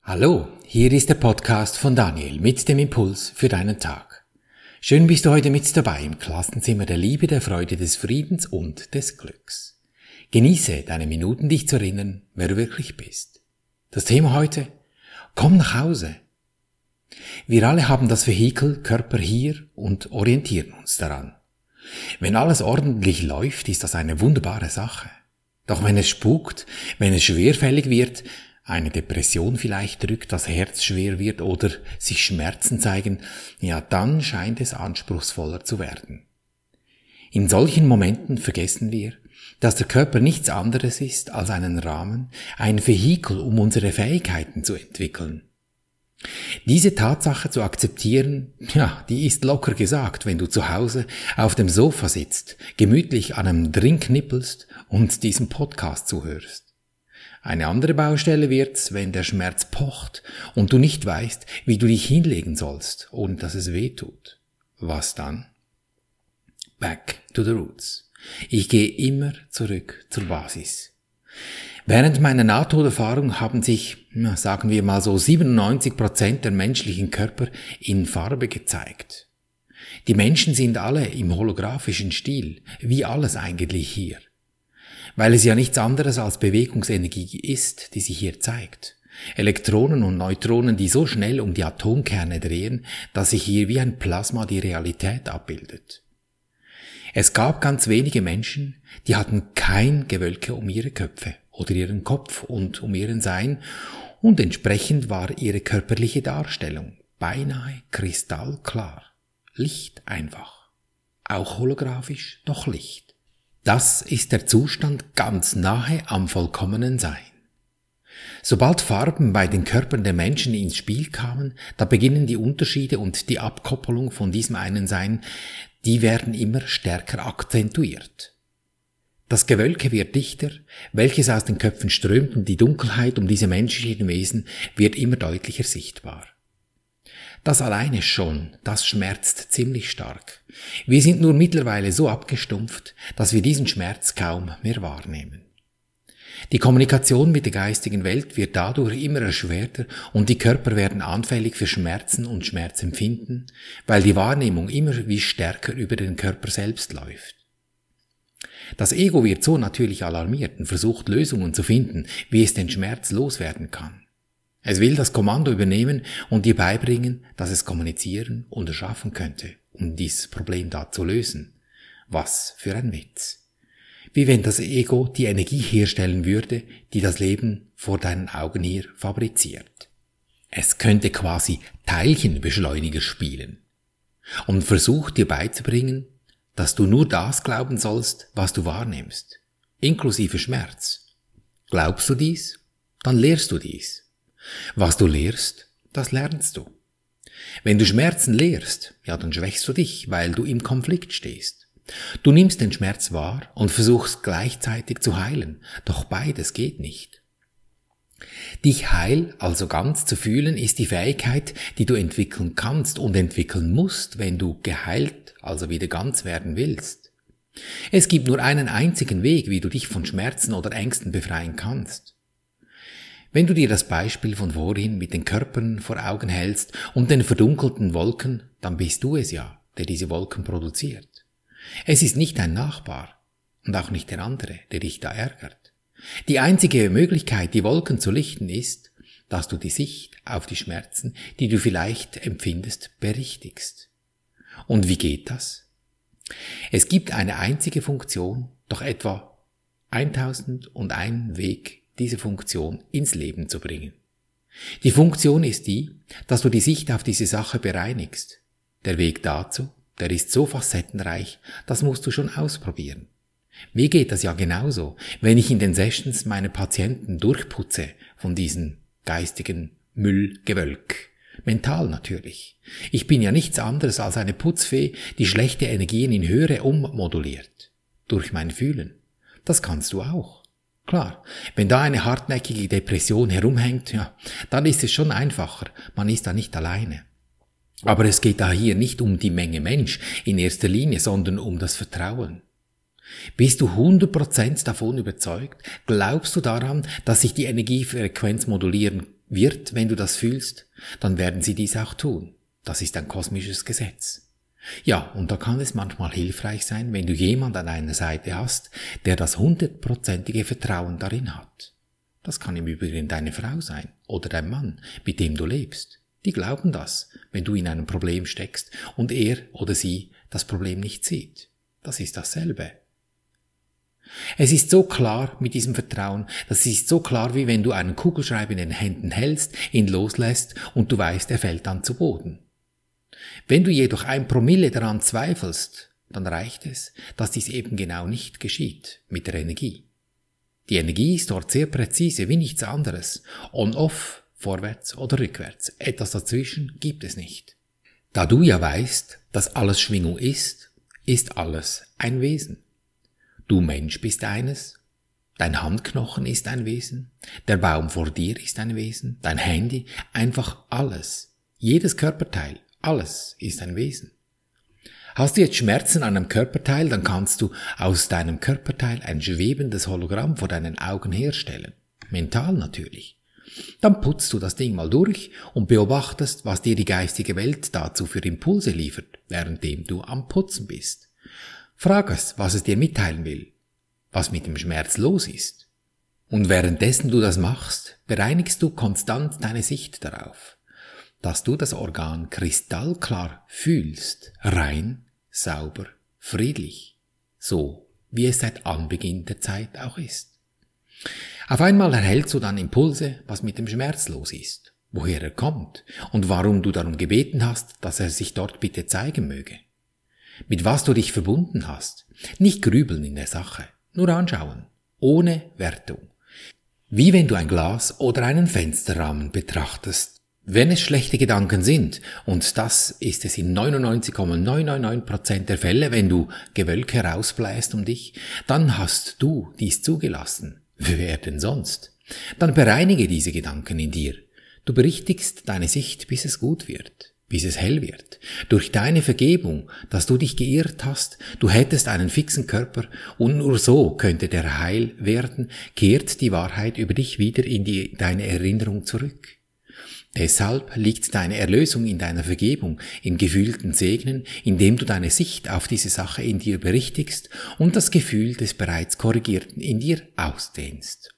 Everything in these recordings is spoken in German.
Hallo, hier ist der Podcast von Daniel mit dem Impuls für deinen Tag. Schön bist du heute mit dabei im Klassenzimmer der Liebe, der Freude, des Friedens und des Glücks. Genieße deine Minuten, dich zu erinnern, wer du wirklich bist. Das Thema heute: Komm nach Hause. Wir alle haben das Vehikel Körper hier und orientieren uns daran. Wenn alles ordentlich läuft, ist das eine wunderbare Sache. Doch wenn es spukt, wenn es schwerfällig wird, eine Depression vielleicht drückt, das Herz schwer wird oder sich Schmerzen zeigen, ja, dann scheint es anspruchsvoller zu werden. In solchen Momenten vergessen wir, dass der Körper nichts anderes ist als einen Rahmen, ein Vehikel, um unsere Fähigkeiten zu entwickeln. Diese Tatsache zu akzeptieren, ja, die ist locker gesagt, wenn du zu Hause auf dem Sofa sitzt, gemütlich an einem Drink nippelst und diesem Podcast zuhörst. Eine andere Baustelle wird's, wenn der Schmerz pocht und du nicht weißt, wie du dich hinlegen sollst, ohne dass es weh tut. Was dann? Back to the roots. Ich gehe immer zurück zur Basis. Während meiner Nahtoderfahrung haben sich, sagen wir mal so, 97% der menschlichen Körper in Farbe gezeigt. Die Menschen sind alle im holographischen Stil, wie alles eigentlich hier. Weil es ja nichts anderes als Bewegungsenergie ist, die sich hier zeigt. Elektronen und Neutronen, die so schnell um die Atomkerne drehen, dass sich hier wie ein Plasma die Realität abbildet. Es gab ganz wenige Menschen, die hatten kein Gewölke um ihre Köpfe oder ihren Kopf und um ihren Sein, und entsprechend war ihre körperliche Darstellung beinahe kristallklar. Licht einfach. Auch holographisch, doch Licht. Das ist der Zustand ganz nahe am vollkommenen Sein. Sobald Farben bei den Körpern der Menschen ins Spiel kamen, da beginnen die Unterschiede und die Abkoppelung von diesem einen Sein, die werden immer stärker akzentuiert. Das Gewölke wird dichter, welches aus den Köpfen strömt, und die Dunkelheit um diese menschlichen Wesen wird immer deutlicher sichtbar. Das alleine schon, das schmerzt ziemlich stark. Wir sind nur mittlerweile so abgestumpft, dass wir diesen Schmerz kaum mehr wahrnehmen. Die Kommunikation mit der geistigen Welt wird dadurch immer erschwerter und die Körper werden anfällig für Schmerzen und Schmerzempfinden, weil die Wahrnehmung immer wie stärker über den Körper selbst läuft. Das Ego wird so natürlich alarmiert und versucht Lösungen zu finden, wie es den Schmerz loswerden kann. Es will das Kommando übernehmen und dir beibringen, dass es kommunizieren und erschaffen könnte, um dieses Problem da zu lösen. Was für ein Witz. Wie wenn das Ego die Energie herstellen würde, die das Leben vor deinen Augen hier fabriziert. Es könnte quasi Teilchenbeschleuniger spielen und versucht dir beizubringen, dass du nur das glauben sollst, was du wahrnimmst, inklusive Schmerz. Glaubst du dies? Dann lehrst du dies. Was du lehrst, das lernst du. Wenn du Schmerzen lehrst, ja, dann schwächst du dich, weil du im Konflikt stehst. Du nimmst den Schmerz wahr und versuchst gleichzeitig zu heilen, doch beides geht nicht. Dich heil, also ganz zu fühlen, ist die Fähigkeit, die du entwickeln kannst und entwickeln musst, wenn du geheilt, also wieder ganz werden willst. Es gibt nur einen einzigen Weg, wie du dich von Schmerzen oder Ängsten befreien kannst. Wenn du dir das Beispiel von vorhin mit den Körpern vor Augen hältst und den verdunkelten Wolken, dann bist du es ja, der diese Wolken produziert. Es ist nicht dein Nachbar und auch nicht der andere, der dich da ärgert. Die einzige Möglichkeit, die Wolken zu lichten, ist, dass du die Sicht auf die Schmerzen, die du vielleicht empfindest, berichtigst. Und wie geht das? Es gibt eine einzige Funktion, doch etwa 1001 Weg, diese Funktion ins Leben zu bringen. Die Funktion ist die, dass du die Sicht auf diese Sache bereinigst. Der Weg dazu, der ist so facettenreich, das musst du schon ausprobieren. Mir geht das ja genauso, wenn ich in den Sessions meine Patienten durchputze von diesem geistigen Müllgewölk. Mental natürlich. Ich bin ja nichts anderes als eine Putzfee, die schlechte Energien in höhere ummoduliert. Durch mein Fühlen. Das kannst du auch. Klar, wenn da eine hartnäckige Depression herumhängt, ja, dann ist es schon einfacher, man ist da nicht alleine. Aber es geht da hier nicht um die Menge Mensch in erster Linie, sondern um das Vertrauen. Bist du 100% davon überzeugt? Glaubst du daran, dass sich die Energiefrequenz modulieren wird, wenn du das fühlst, dann werden sie dies auch tun. Das ist ein kosmisches Gesetz. Ja, und da kann es manchmal hilfreich sein, wenn du jemand an deiner Seite hast, der das 100%ige Vertrauen darin hat. Das kann im Übrigen deine Frau sein oder dein Mann, mit dem du lebst. Die glauben das, wenn du in einem Problem steckst und er oder sie das Problem nicht sieht. Das ist dasselbe. Es ist so klar mit diesem Vertrauen, das ist so klar, wie wenn du einen Kugelschreiber in den Händen hältst, ihn loslässt und du weißt, er fällt dann zu Boden. Wenn du jedoch 1 Promille daran zweifelst, dann reicht es, dass dies eben genau nicht geschieht mit der Energie. Die Energie ist dort sehr präzise, wie nichts anderes. On-off, vorwärts oder rückwärts. Etwas dazwischen gibt es nicht. Da du ja weißt, dass alles Schwingung ist, ist alles ein Wesen. Du Mensch bist eines, dein Handknochen ist ein Wesen, der Baum vor dir ist ein Wesen, dein Handy, einfach alles. Jedes Körperteil, alles ist ein Wesen. Hast du jetzt Schmerzen an einem Körperteil, dann kannst du aus deinem Körperteil ein schwebendes Hologramm vor deinen Augen herstellen. Mental natürlich. Dann putzt du das Ding mal durch und beobachtest, was dir die geistige Welt dazu für Impulse liefert, währenddem du am Putzen bist. Frag es, was es dir mitteilen will, was mit dem Schmerz los ist. Und währenddessen du das machst, bereinigst du konstant deine Sicht darauf, dass du das Organ kristallklar fühlst, rein, sauber, friedlich, so wie es seit Anbeginn der Zeit auch ist. Auf einmal erhältst du dann Impulse, was mit dem Schmerz los ist, woher er kommt und warum du darum gebeten hast, dass er sich dort bitte zeigen möge. Mit was du dich verbunden hast, nicht grübeln in der Sache, nur anschauen, ohne Wertung. Wie wenn du ein Glas oder einen Fensterrahmen betrachtest. Wenn es schlechte Gedanken sind, und das ist es in 99,999% der Fälle, wenn du Gewölke rausbläst um dich, dann hast du dies zugelassen. Wer denn sonst? Dann bereinige diese Gedanken in dir. Du berichtigst deine Sicht, bis es gut wird, bis es hell wird. Durch deine Vergebung, dass du dich geirrt hast, du hättest einen fixen Körper und nur so könnte der heil werden, kehrt die Wahrheit über dich wieder in deine Erinnerung zurück. Deshalb liegt deine Erlösung in deiner Vergebung, im gefühlten Segnen, indem du deine Sicht auf diese Sache in dir berichtigst und das Gefühl des bereits Korrigierten in dir ausdehnst.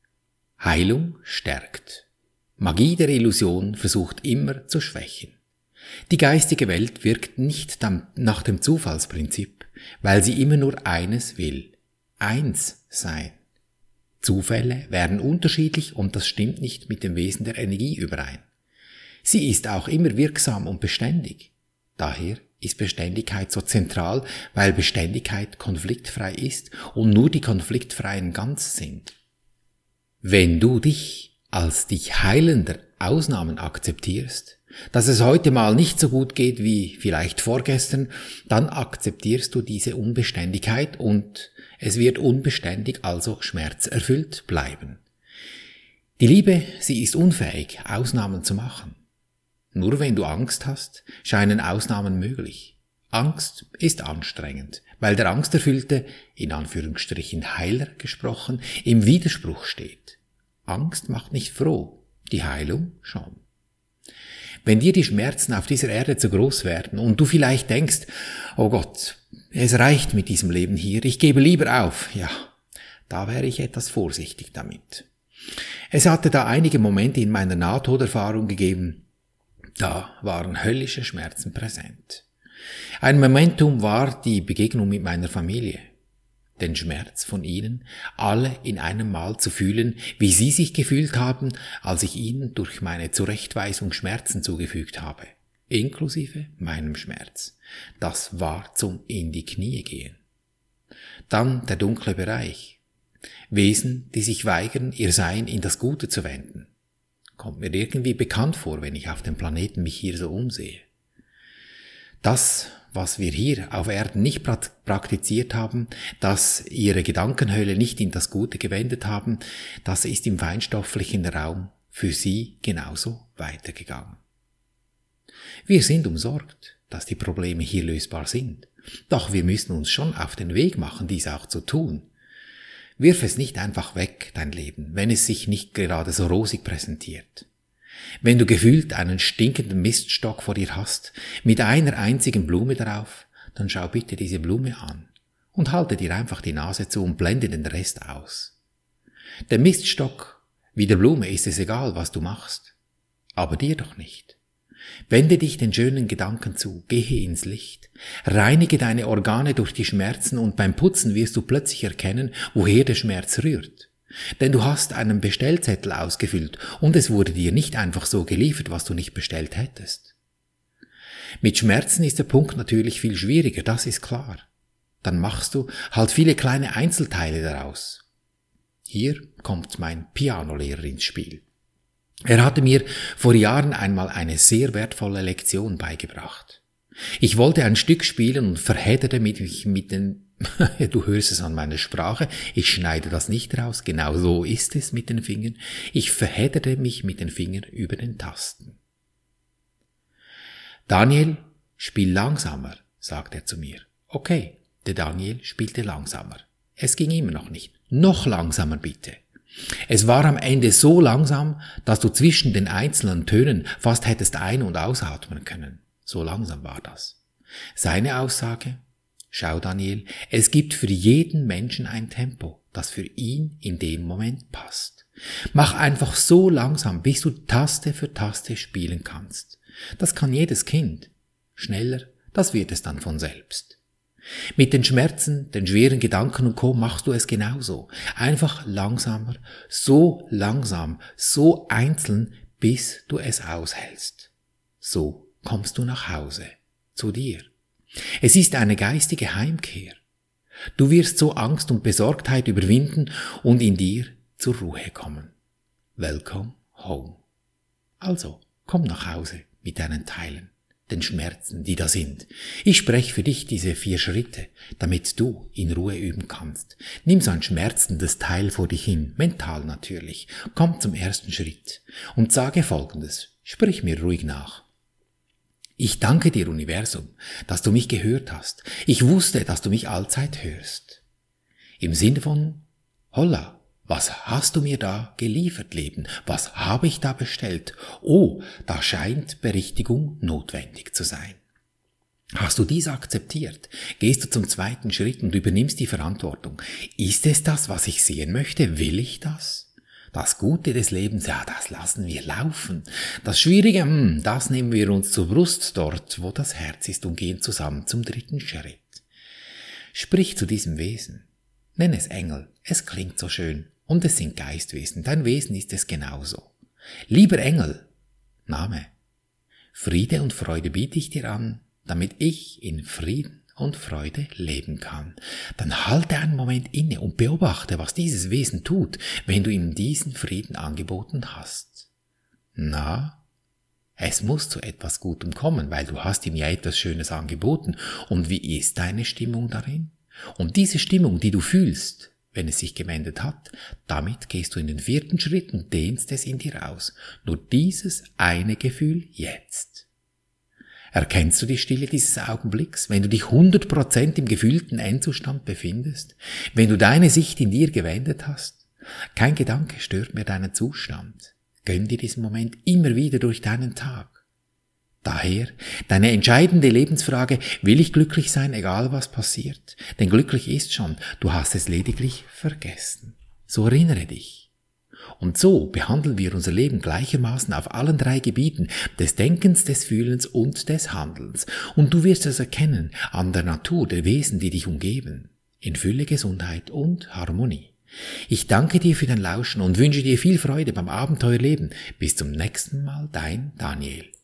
Heilung stärkt. Magie der Illusion versucht immer zu schwächen. Die geistige Welt wirkt nicht nach dem Zufallsprinzip, weil sie immer nur eines will: eins sein. Zufälle wären unterschiedlich und das stimmt nicht mit dem Wesen der Energie überein. Sie ist auch immer wirksam und beständig. Daher ist Beständigkeit so zentral, weil Beständigkeit konfliktfrei ist und nur die Konfliktfreien ganz sind. Wenn du dich als dich heilender Ausnahmen akzeptierst, dass es heute mal nicht so gut geht wie vielleicht vorgestern, dann akzeptierst du diese Unbeständigkeit und es wird unbeständig, also schmerzerfüllt bleiben. Die Liebe, sie ist unfähig, Ausnahmen zu machen. Nur wenn du Angst hast, scheinen Ausnahmen möglich. Angst ist anstrengend, weil der Angsterfüllte, in Anführungsstrichen Heiler gesprochen, im Widerspruch steht. Angst macht nicht froh, die Heilung schon. Wenn dir die Schmerzen auf dieser Erde zu groß werden und du vielleicht denkst, oh Gott, es reicht mit diesem Leben hier, ich gebe lieber auf, ja, da wäre ich etwas vorsichtig damit. Es hatte da einige Momente in meiner Nahtoderfahrung gegeben, da waren höllische Schmerzen präsent. Ein Momentum war die Begegnung mit meiner Familie. Den Schmerz von ihnen, alle in einem Mal zu fühlen, wie sie sich gefühlt haben, als ich ihnen durch meine Zurechtweisung Schmerzen zugefügt habe, inklusive meinem Schmerz. Das war zum in die Knie gehen. Dann der dunkle Bereich. Wesen, die sich weigern, ihr Sein in das Gute zu wenden. Kommt mir irgendwie bekannt vor, wenn ich auf dem Planeten mich hier so umsehe. Das, was wir hier auf Erden nicht praktiziert haben, dass ihre Gedankenhöhle nicht in das Gute gewendet haben, das ist im feinstofflichen Raum für sie genauso weitergegangen. Wir sind umsorgt, dass die Probleme hier lösbar sind. Doch wir müssen uns schon auf den Weg machen, dies auch zu tun. Wirf es nicht einfach weg, dein Leben, wenn es sich nicht gerade so rosig präsentiert. Wenn du gefühlt einen stinkenden Miststock vor dir hast, mit einer einzigen Blume drauf, dann schau bitte diese Blume an und halte dir einfach die Nase zu und blende den Rest aus. Der Miststock wie der Blume ist es egal, was du machst, aber dir doch nicht. Wende dich den schönen Gedanken zu, gehe ins Licht, reinige deine Organe durch die Schmerzen und beim Putzen wirst du plötzlich erkennen, woher der Schmerz rührt. Denn du hast einen Bestellzettel ausgefüllt und es wurde dir nicht einfach so geliefert, was du nicht bestellt hättest. Mit Schmerzen ist der Punkt natürlich viel schwieriger, das ist klar. Dann machst du halt viele kleine Einzelteile daraus. Hier kommt mein Pianolehrer ins Spiel. Er hatte mir vor Jahren einmal eine sehr wertvolle Lektion beigebracht. Ich wollte ein Stück spielen und verhedderte mich mit den, du hörst es an meiner Sprache, ich schneide das nicht raus, genau so ist es mit den Fingern, ich verhedderte mich mit den Fingern über den Tasten. Daniel, spiel langsamer, sagt er zu mir. Okay, der Daniel spielte langsamer. Es ging immer noch nicht. Noch langsamer bitte. Es war am Ende so langsam, dass du zwischen den einzelnen Tönen fast hättest ein- und ausatmen können. So langsam war das. Seine Aussage: Schau Daniel, es gibt für jeden Menschen ein Tempo, das für ihn in dem Moment passt. Mach einfach so langsam, bis du Taste für Taste spielen kannst. Das kann jedes Kind. Schneller, das wird es dann von selbst. Mit den Schmerzen, den schweren Gedanken und Co. machst du es genauso. Einfach langsamer, so langsam, so einzeln, bis du es aushältst. So kommst du nach Hause, zu dir. Es ist eine geistige Heimkehr. Du wirst so Angst und Besorgtheit überwinden und in dir zur Ruhe kommen. Welcome home. Also, komm nach Hause mit deinen Teilen, den Schmerzen, die da sind. Ich spreche für dich diese 4 Schritte, damit du in Ruhe üben kannst. Nimm so ein schmerzendes Teil vor dich hin, mental natürlich. Komm zum ersten Schritt und sage Folgendes, sprich mir ruhig nach. Ich danke dir, Universum, dass du mich gehört hast. Ich wusste, dass du mich allzeit hörst. Im Sinne von, holla, was hast du mir da geliefert, Leben? Was habe ich da bestellt? Oh, da scheint Berichtigung notwendig zu sein. Hast du dies akzeptiert? Gehst du zum zweiten Schritt und übernimmst die Verantwortung. Ist es das, was ich sehen möchte? Will ich das? Das Gute des Lebens, ja, das lassen wir laufen. Das Schwierige, das nehmen wir uns zur Brust dort, wo das Herz ist und gehen zusammen zum dritten Schritt. Sprich zu diesem Wesen. Nenn es Engel, es klingt so schön. Und es sind Geistwesen, dein Wesen ist es genauso. Lieber Engel, Name, Friede und Freude biete ich dir an, damit ich in Frieden und Freude leben kann. Dann halte einen Moment inne und beobachte, was dieses Wesen tut, wenn du ihm diesen Frieden angeboten hast. Na, es muss zu etwas Gutem kommen, weil du hast ihm ja etwas Schönes angeboten. Und wie ist deine Stimmung darin? Und diese Stimmung, die du fühlst, wenn es sich gewendet hat, damit gehst du in den 4. Schritt und dehnst es in dir aus. Nur dieses eine Gefühl jetzt. Erkennst du die Stille dieses Augenblicks, wenn du dich 100% im gefühlten Endzustand befindest? Wenn du deine Sicht in dir gewendet hast? Kein Gedanke stört mehr deinen Zustand. Gönn dir diesen Moment immer wieder durch deinen Tag. Daher deine entscheidende Lebensfrage, will ich glücklich sein, egal was passiert? Denn glücklich ist schon, du hast es lediglich vergessen. So erinnere dich. Und so behandeln wir unser Leben gleichermaßen auf allen 3 Gebieten, des Denkens, des Fühlens und des Handelns. Und du wirst es erkennen an der Natur der Wesen, die dich umgeben, in Fülle, Gesundheit und Harmonie. Ich danke dir für dein Lauschen und wünsche dir viel Freude beim Abenteuerleben. Bis zum nächsten Mal, dein Daniel.